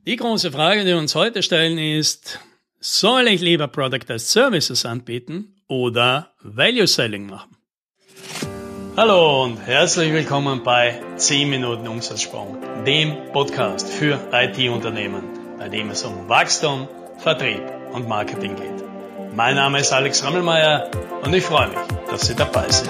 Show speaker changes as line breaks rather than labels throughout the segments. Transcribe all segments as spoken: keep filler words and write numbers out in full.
Die große Frage, die wir uns heute stellen, ist, soll ich lieber Product as Services anbieten oder Value Selling machen? Hallo und herzlich willkommen bei zehn Minuten Umsatzsprung, dem Podcast für I T-Unternehmen, bei dem es um Wachstum, Vertrieb und Marketing geht. Mein Name ist Alex Rammelmeier und ich freue mich, dass Sie dabei sind.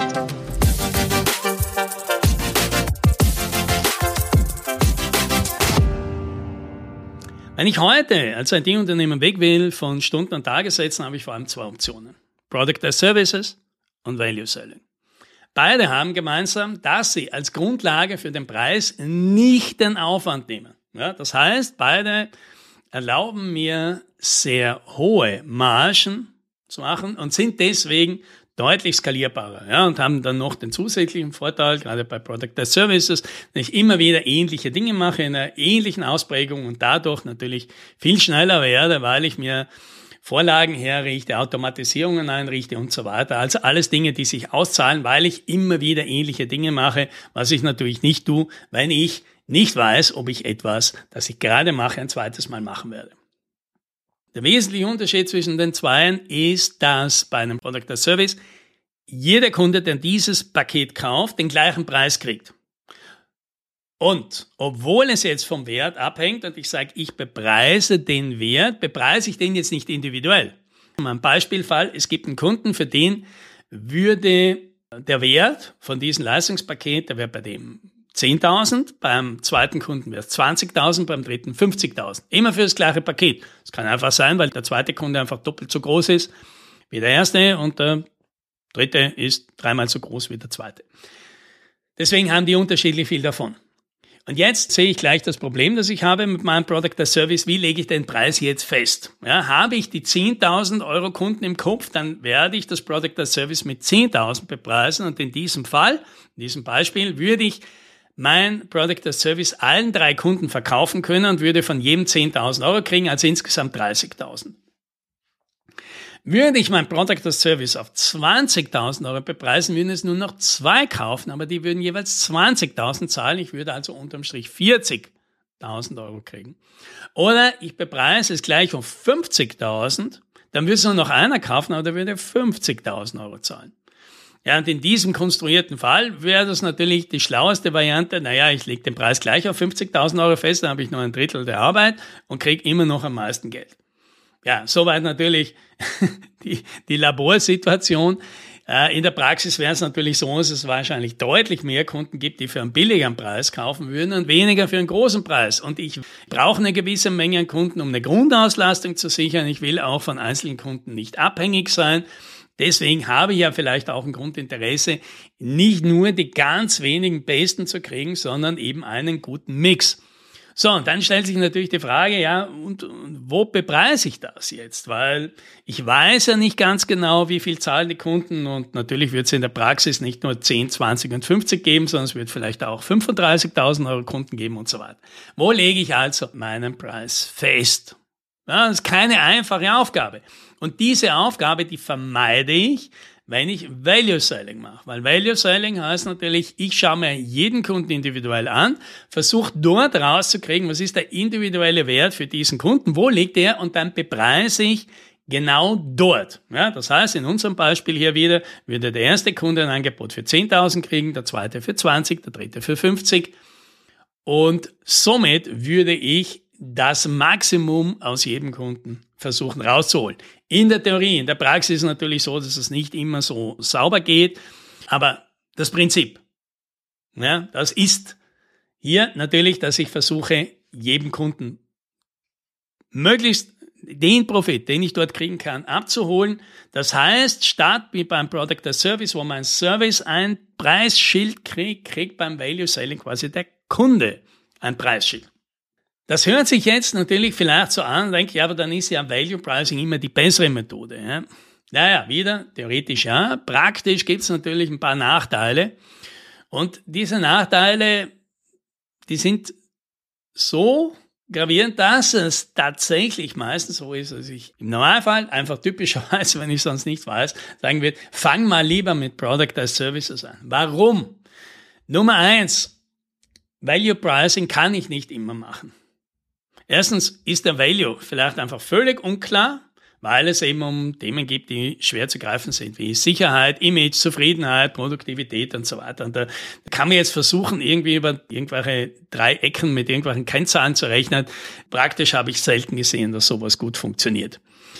Wenn ich heute als I T-Unternehmen weg will von Stunden- und Tagessätzen, habe ich vor allem zwei Optionen. Product as Services und Value Selling. Beide haben gemeinsam, dass sie als Grundlage für den Preis nicht den Aufwand nehmen. Ja, das heißt, beide erlauben mir sehr hohe Margen zu machen und sind deswegen deutlich skalierbarer, ja, und haben dann noch den zusätzlichen Vorteil, gerade bei Product as Services, dass ich immer wieder ähnliche Dinge mache in einer ähnlichen Ausprägung und dadurch natürlich viel schneller werde, weil ich mir Vorlagen herrichte, Automatisierungen einrichte und so weiter. Also alles Dinge, die sich auszahlen, weil ich immer wieder ähnliche Dinge mache, was ich natürlich nicht tue, wenn ich nicht weiß, ob ich etwas, das ich gerade mache, ein zweites Mal machen werde. Der wesentliche Unterschied zwischen den zweien ist, dass bei einem Product as Service jeder Kunde, der dieses Paket kauft, den gleichen Preis kriegt. Und obwohl es jetzt vom Wert abhängt und ich sage, ich bepreise den Wert, bepreise ich den jetzt nicht individuell. Ein Beispielfall, es gibt einen Kunden, für den würde der Wert von diesem Leistungspaket, der wäre bei dem zehntausend, beim zweiten Kunden wäre es zwanzigtausend, beim dritten fünfzigtausend. Immer für das gleiche Paket. Das kann einfach sein, weil der zweite Kunde einfach doppelt so groß ist wie der erste und der dritte ist dreimal so groß wie der zweite. Deswegen haben die unterschiedlich viel davon. Und jetzt sehe ich gleich das Problem, das ich habe mit meinem Product as Service. Wie lege ich den Preis jetzt fest? Ja, habe ich die zehntausend Euro Kunden im Kopf, dann werde ich das Product as Service mit zehntausend bepreisen und in diesem Fall, in diesem Beispiel, würde ich mein Product as Service allen drei Kunden verkaufen können und würde von jedem zehntausend Euro kriegen, also insgesamt dreißigtausend. Würde ich mein Product as Service auf zwanzigtausend Euro bepreisen, würden es nur noch zwei kaufen, aber die würden jeweils zwanzigtausend zahlen. Ich würde also unterm Strich vierzigtausend Euro kriegen. Oder ich bepreise es gleich auf fünfzigtausend, dann würde es nur noch einer kaufen, aber der würde fünfzigtausend Euro zahlen. Ja, und in diesem konstruierten Fall wäre das natürlich die schlaueste Variante. Naja, ich lege den Preis gleich auf fünfzigtausend Euro fest, dann habe ich nur ein Drittel der Arbeit und kriege immer noch am meisten Geld. Ja, soweit natürlich die, die Laborsituation. Äh, in der Praxis wäre es natürlich so, dass es wahrscheinlich deutlich mehr Kunden gibt, die für einen billigeren Preis kaufen würden und weniger für einen großen Preis. Und ich brauche eine gewisse Menge an Kunden, um eine Grundauslastung zu sichern. Ich will auch von einzelnen Kunden nicht abhängig sein. Deswegen habe ich ja vielleicht auch ein Grundinteresse, nicht nur die ganz wenigen Besten zu kriegen, sondern eben einen guten Mix. So, und dann stellt sich natürlich die Frage, ja, und, und wo bepreise ich das jetzt? Weil ich weiß ja nicht ganz genau, wie viel zahlen die Kunden und natürlich wird es in der Praxis nicht nur zehn, zwanzig und fünfzig geben, sondern es wird vielleicht auch fünfunddreißigtausend Euro Kunden geben und so weiter. Wo lege ich also meinen Preis fest? Ja, das ist keine einfache Aufgabe. Und diese Aufgabe, die vermeide ich, wenn ich Value Selling mache. Weil Value Selling heißt natürlich, ich schaue mir jeden Kunden individuell an, versuche dort rauszukriegen, was ist der individuelle Wert für diesen Kunden, wo liegt er und dann bepreise ich genau dort. Ja, das heißt, in unserem Beispiel hier wieder, würde der erste Kunde ein Angebot für zehntausend kriegen, der zweite für zwanzig, der dritte für fünfzig und somit würde ich das Maximum aus jedem Kunden versuchen rauszuholen. In der Theorie, in der Praxis ist es natürlich so, dass es nicht immer so sauber geht, aber das Prinzip, ja, das ist hier natürlich, dass ich versuche, jedem Kunden möglichst den Profit, den ich dort kriegen kann, abzuholen. Das heißt, statt wie beim Product as Service, wo mein Service ein Preisschild kriegt, kriegt beim Value Selling quasi der Kunde ein Preisschild. Das hört sich jetzt natürlich vielleicht so an, denke ich, ja, aber dann ist ja Value Pricing immer die bessere Methode. Ja? Naja, wieder, theoretisch ja. Praktisch gibt es natürlich ein paar Nachteile. Und diese Nachteile, die sind so gravierend, dass es tatsächlich meistens so ist, dass ich im Normalfall einfach typischerweise, wenn ich sonst nicht weiß, sagen würde, fang mal lieber mit Product as Services an. Warum? Nummer eins, Value Pricing kann ich nicht immer machen. Erstens ist der Value vielleicht einfach völlig unklar, weil es eben um Themen gibt, die schwer zu greifen sind, wie Sicherheit, Image, Zufriedenheit, Produktivität und so weiter. Und da kann man jetzt versuchen, irgendwie über irgendwelche drei Ecken mit irgendwelchen Kennzahlen zu rechnen. Praktisch habe ich selten gesehen, dass sowas gut funktioniert.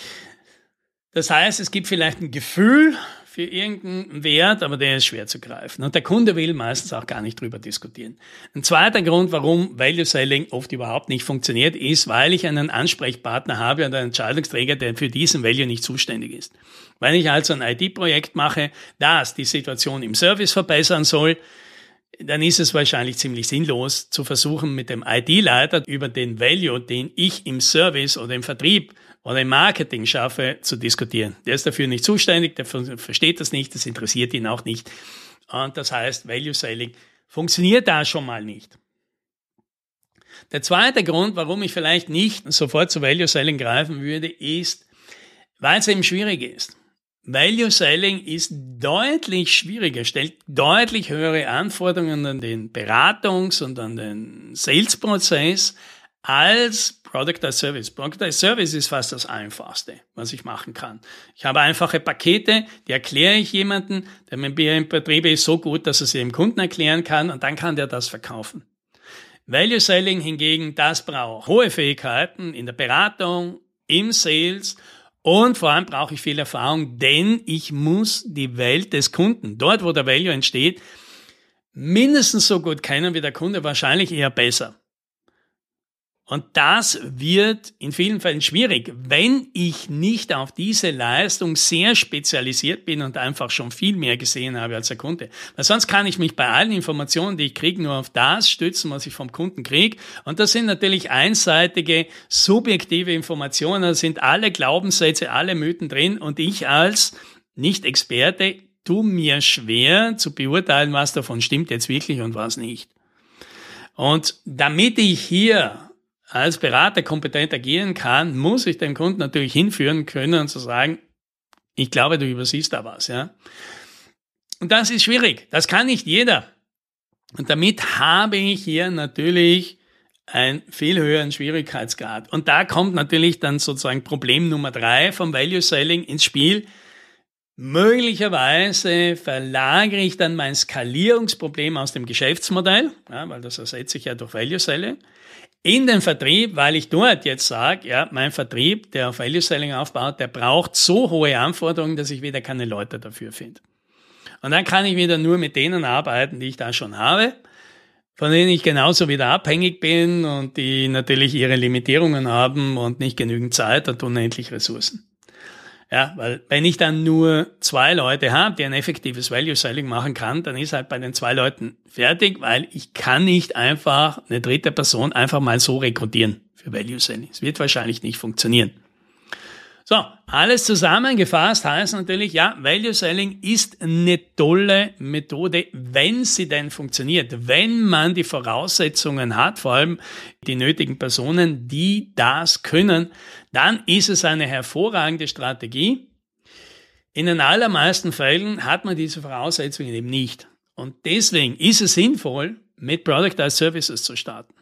Das heißt, es gibt vielleicht ein Gefühl für irgendeinen Wert, aber der ist schwer zu greifen. Und der Kunde will meistens auch gar nicht drüber diskutieren. Ein zweiter Grund, warum Value Selling oft überhaupt nicht funktioniert, ist, weil ich einen Ansprechpartner habe und einen Entscheidungsträger, der für diesen Value nicht zuständig ist. Wenn ich also ein I T-Projekt mache, das die Situation im Service verbessern soll, dann ist es wahrscheinlich ziemlich sinnlos, zu versuchen, mit dem I T-Leiter über den Value, den ich im Service oder im Vertrieb oder im Marketing schaffe, zu diskutieren. Der ist dafür nicht zuständig, der versteht das nicht, das interessiert ihn auch nicht. Und das heißt, Value Selling funktioniert da schon mal nicht. Der zweite Grund, warum ich vielleicht nicht sofort zu Value Selling greifen würde, ist, weil es eben schwierig ist. Value Selling ist deutlich schwieriger, stellt deutlich höhere Anforderungen an den Beratungs- und an den Sales-Prozess als Product as Service. Product as Service ist fast das Einfachste, was ich machen kann. Ich habe einfache Pakete, die erkläre ich jemandem, der mit mir im Betrieb ist so gut, dass er sie dem Kunden erklären kann und dann kann der das verkaufen. Value Selling hingegen, das braucht hohe Fähigkeiten in der Beratung, im Sales und vor allem brauche ich viel Erfahrung, denn ich muss die Welt des Kunden, dort wo der Value entsteht, mindestens so gut kennen wie der Kunde, wahrscheinlich eher besser. Und das wird in vielen Fällen schwierig, wenn ich nicht auf diese Leistung sehr spezialisiert bin und einfach schon viel mehr gesehen habe als der Kunde. Weil sonst kann ich mich bei allen Informationen, die ich kriege, nur auf das stützen, was ich vom Kunden kriege. Und das sind natürlich einseitige, subjektive Informationen. Da sind alle Glaubenssätze, alle Mythen drin. Und ich als Nicht-Experte tue mir schwer zu beurteilen, was davon stimmt jetzt wirklich und was nicht. Und damit ich hier als Berater kompetent agieren kann, muss ich den Kunden natürlich hinführen können und zu sagen, ich glaube, du übersiehst da was, ja. Und das ist schwierig. Das kann nicht jeder. Und damit habe ich hier natürlich einen viel höheren Schwierigkeitsgrad. Und da kommt natürlich dann sozusagen Problem Nummer drei vom Value Selling ins Spiel. Möglicherweise verlagere ich dann mein Skalierungsproblem aus dem Geschäftsmodell, ja, weil das ersetze ich ja durch Value Selling, in den Vertrieb, weil ich dort jetzt sage, ja, mein Vertrieb, der auf Value Selling aufbaut, der braucht so hohe Anforderungen, dass ich wieder keine Leute dafür finde. Und dann kann ich wieder nur mit denen arbeiten, die ich da schon habe, von denen ich genauso wieder abhängig bin und die natürlich ihre Limitierungen haben und nicht genügend Zeit und unendlich Ressourcen. Ja, weil wenn ich dann nur zwei Leute habe, die ein effektives Value Selling machen kann, dann ist halt bei den zwei Leuten fertig, weil ich kann nicht einfach eine dritte Person einfach mal so rekrutieren für Value Selling. Es wird wahrscheinlich nicht funktionieren. So, alles zusammengefasst heißt natürlich, ja, Value Selling ist eine tolle Methode, wenn sie denn funktioniert, wenn man die Voraussetzungen hat, vor allem die nötigen Personen, die das können, dann ist es eine hervorragende Strategie. In den allermeisten Fällen hat man diese Voraussetzungen eben nicht. Und deswegen ist es sinnvoll, mit Product as Services zu starten.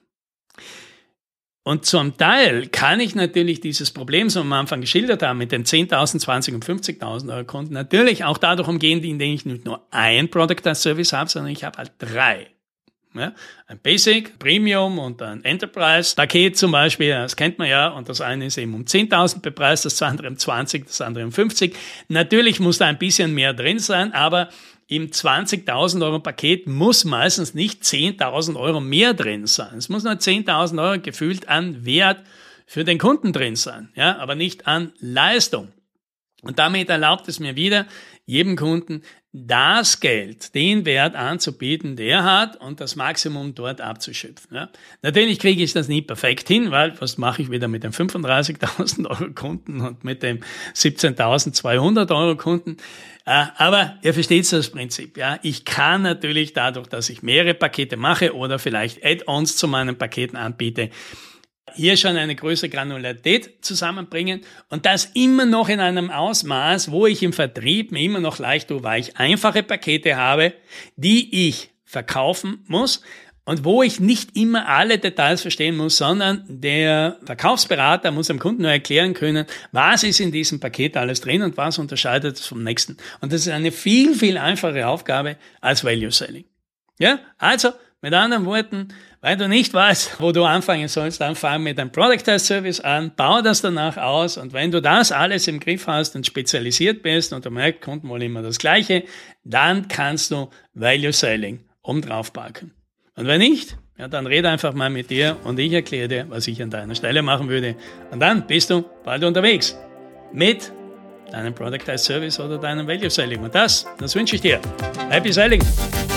Und zum Teil kann ich natürlich dieses Problem, das wir am Anfang geschildert haben, mit den zehntausend, zwanzig und fünfzigtausend Euro Kunden natürlich auch dadurch umgehen, indem ich nicht nur ein Product as Service habe, sondern ich habe halt drei. Ja, ein Basic, Premium und ein Enterprise-Paket zum Beispiel, das kennt man ja, und das eine ist eben um zehntausend bepreist, das andere um zwanzig, das andere um fünfzig. Natürlich muss da ein bisschen mehr drin sein, aber im zwanzigtausend Euro Paket muss meistens nicht zehntausend Euro mehr drin sein. Es muss nur zehntausend Euro gefühlt an Wert für den Kunden drin sein, ja, aber nicht an Leistung. Und damit erlaubt es mir wieder, jedem Kunden das Geld, den Wert anzubieten, der er hat und das Maximum dort abzuschöpfen. Ja. Natürlich kriege ich das nie perfekt hin, weil was mache ich wieder mit dem fünfunddreißigtausend Euro Kunden und mit dem siebzehntausendzweihundert Euro Kunden? Äh, aber ihr versteht das Prinzip. Ja. Ich kann natürlich dadurch, dass ich mehrere Pakete mache oder vielleicht Add-ons zu meinen Paketen anbiete, hier schon eine größere Granularität zusammenbringen und das immer noch in einem Ausmaß, wo ich im Vertrieb mir immer noch leicht tue, weil ich einfache Pakete habe, die ich verkaufen muss und wo ich nicht immer alle Details verstehen muss, sondern der Verkaufsberater muss dem Kunden nur erklären können, was ist in diesem Paket alles drin und was unterscheidet es vom nächsten. Und das ist eine viel, viel einfache Aufgabe als Value Selling. Ja, also mit anderen Worten, weil du nicht weißt, wo du anfangen sollst, dann fang mit einem Product as Service an, baue das danach aus und wenn du das alles im Griff hast und spezialisiert bist und du merkst, Kunden wollen immer das Gleiche, dann kannst du Value Selling oben drauf packen. Und wenn nicht, ja, dann rede einfach mal mit dir und ich erkläre dir, was ich an deiner Stelle machen würde. Und dann bist du bald unterwegs mit deinem Product as Service oder deinem Value Selling. Und das, das wünsche ich dir. Happy Selling!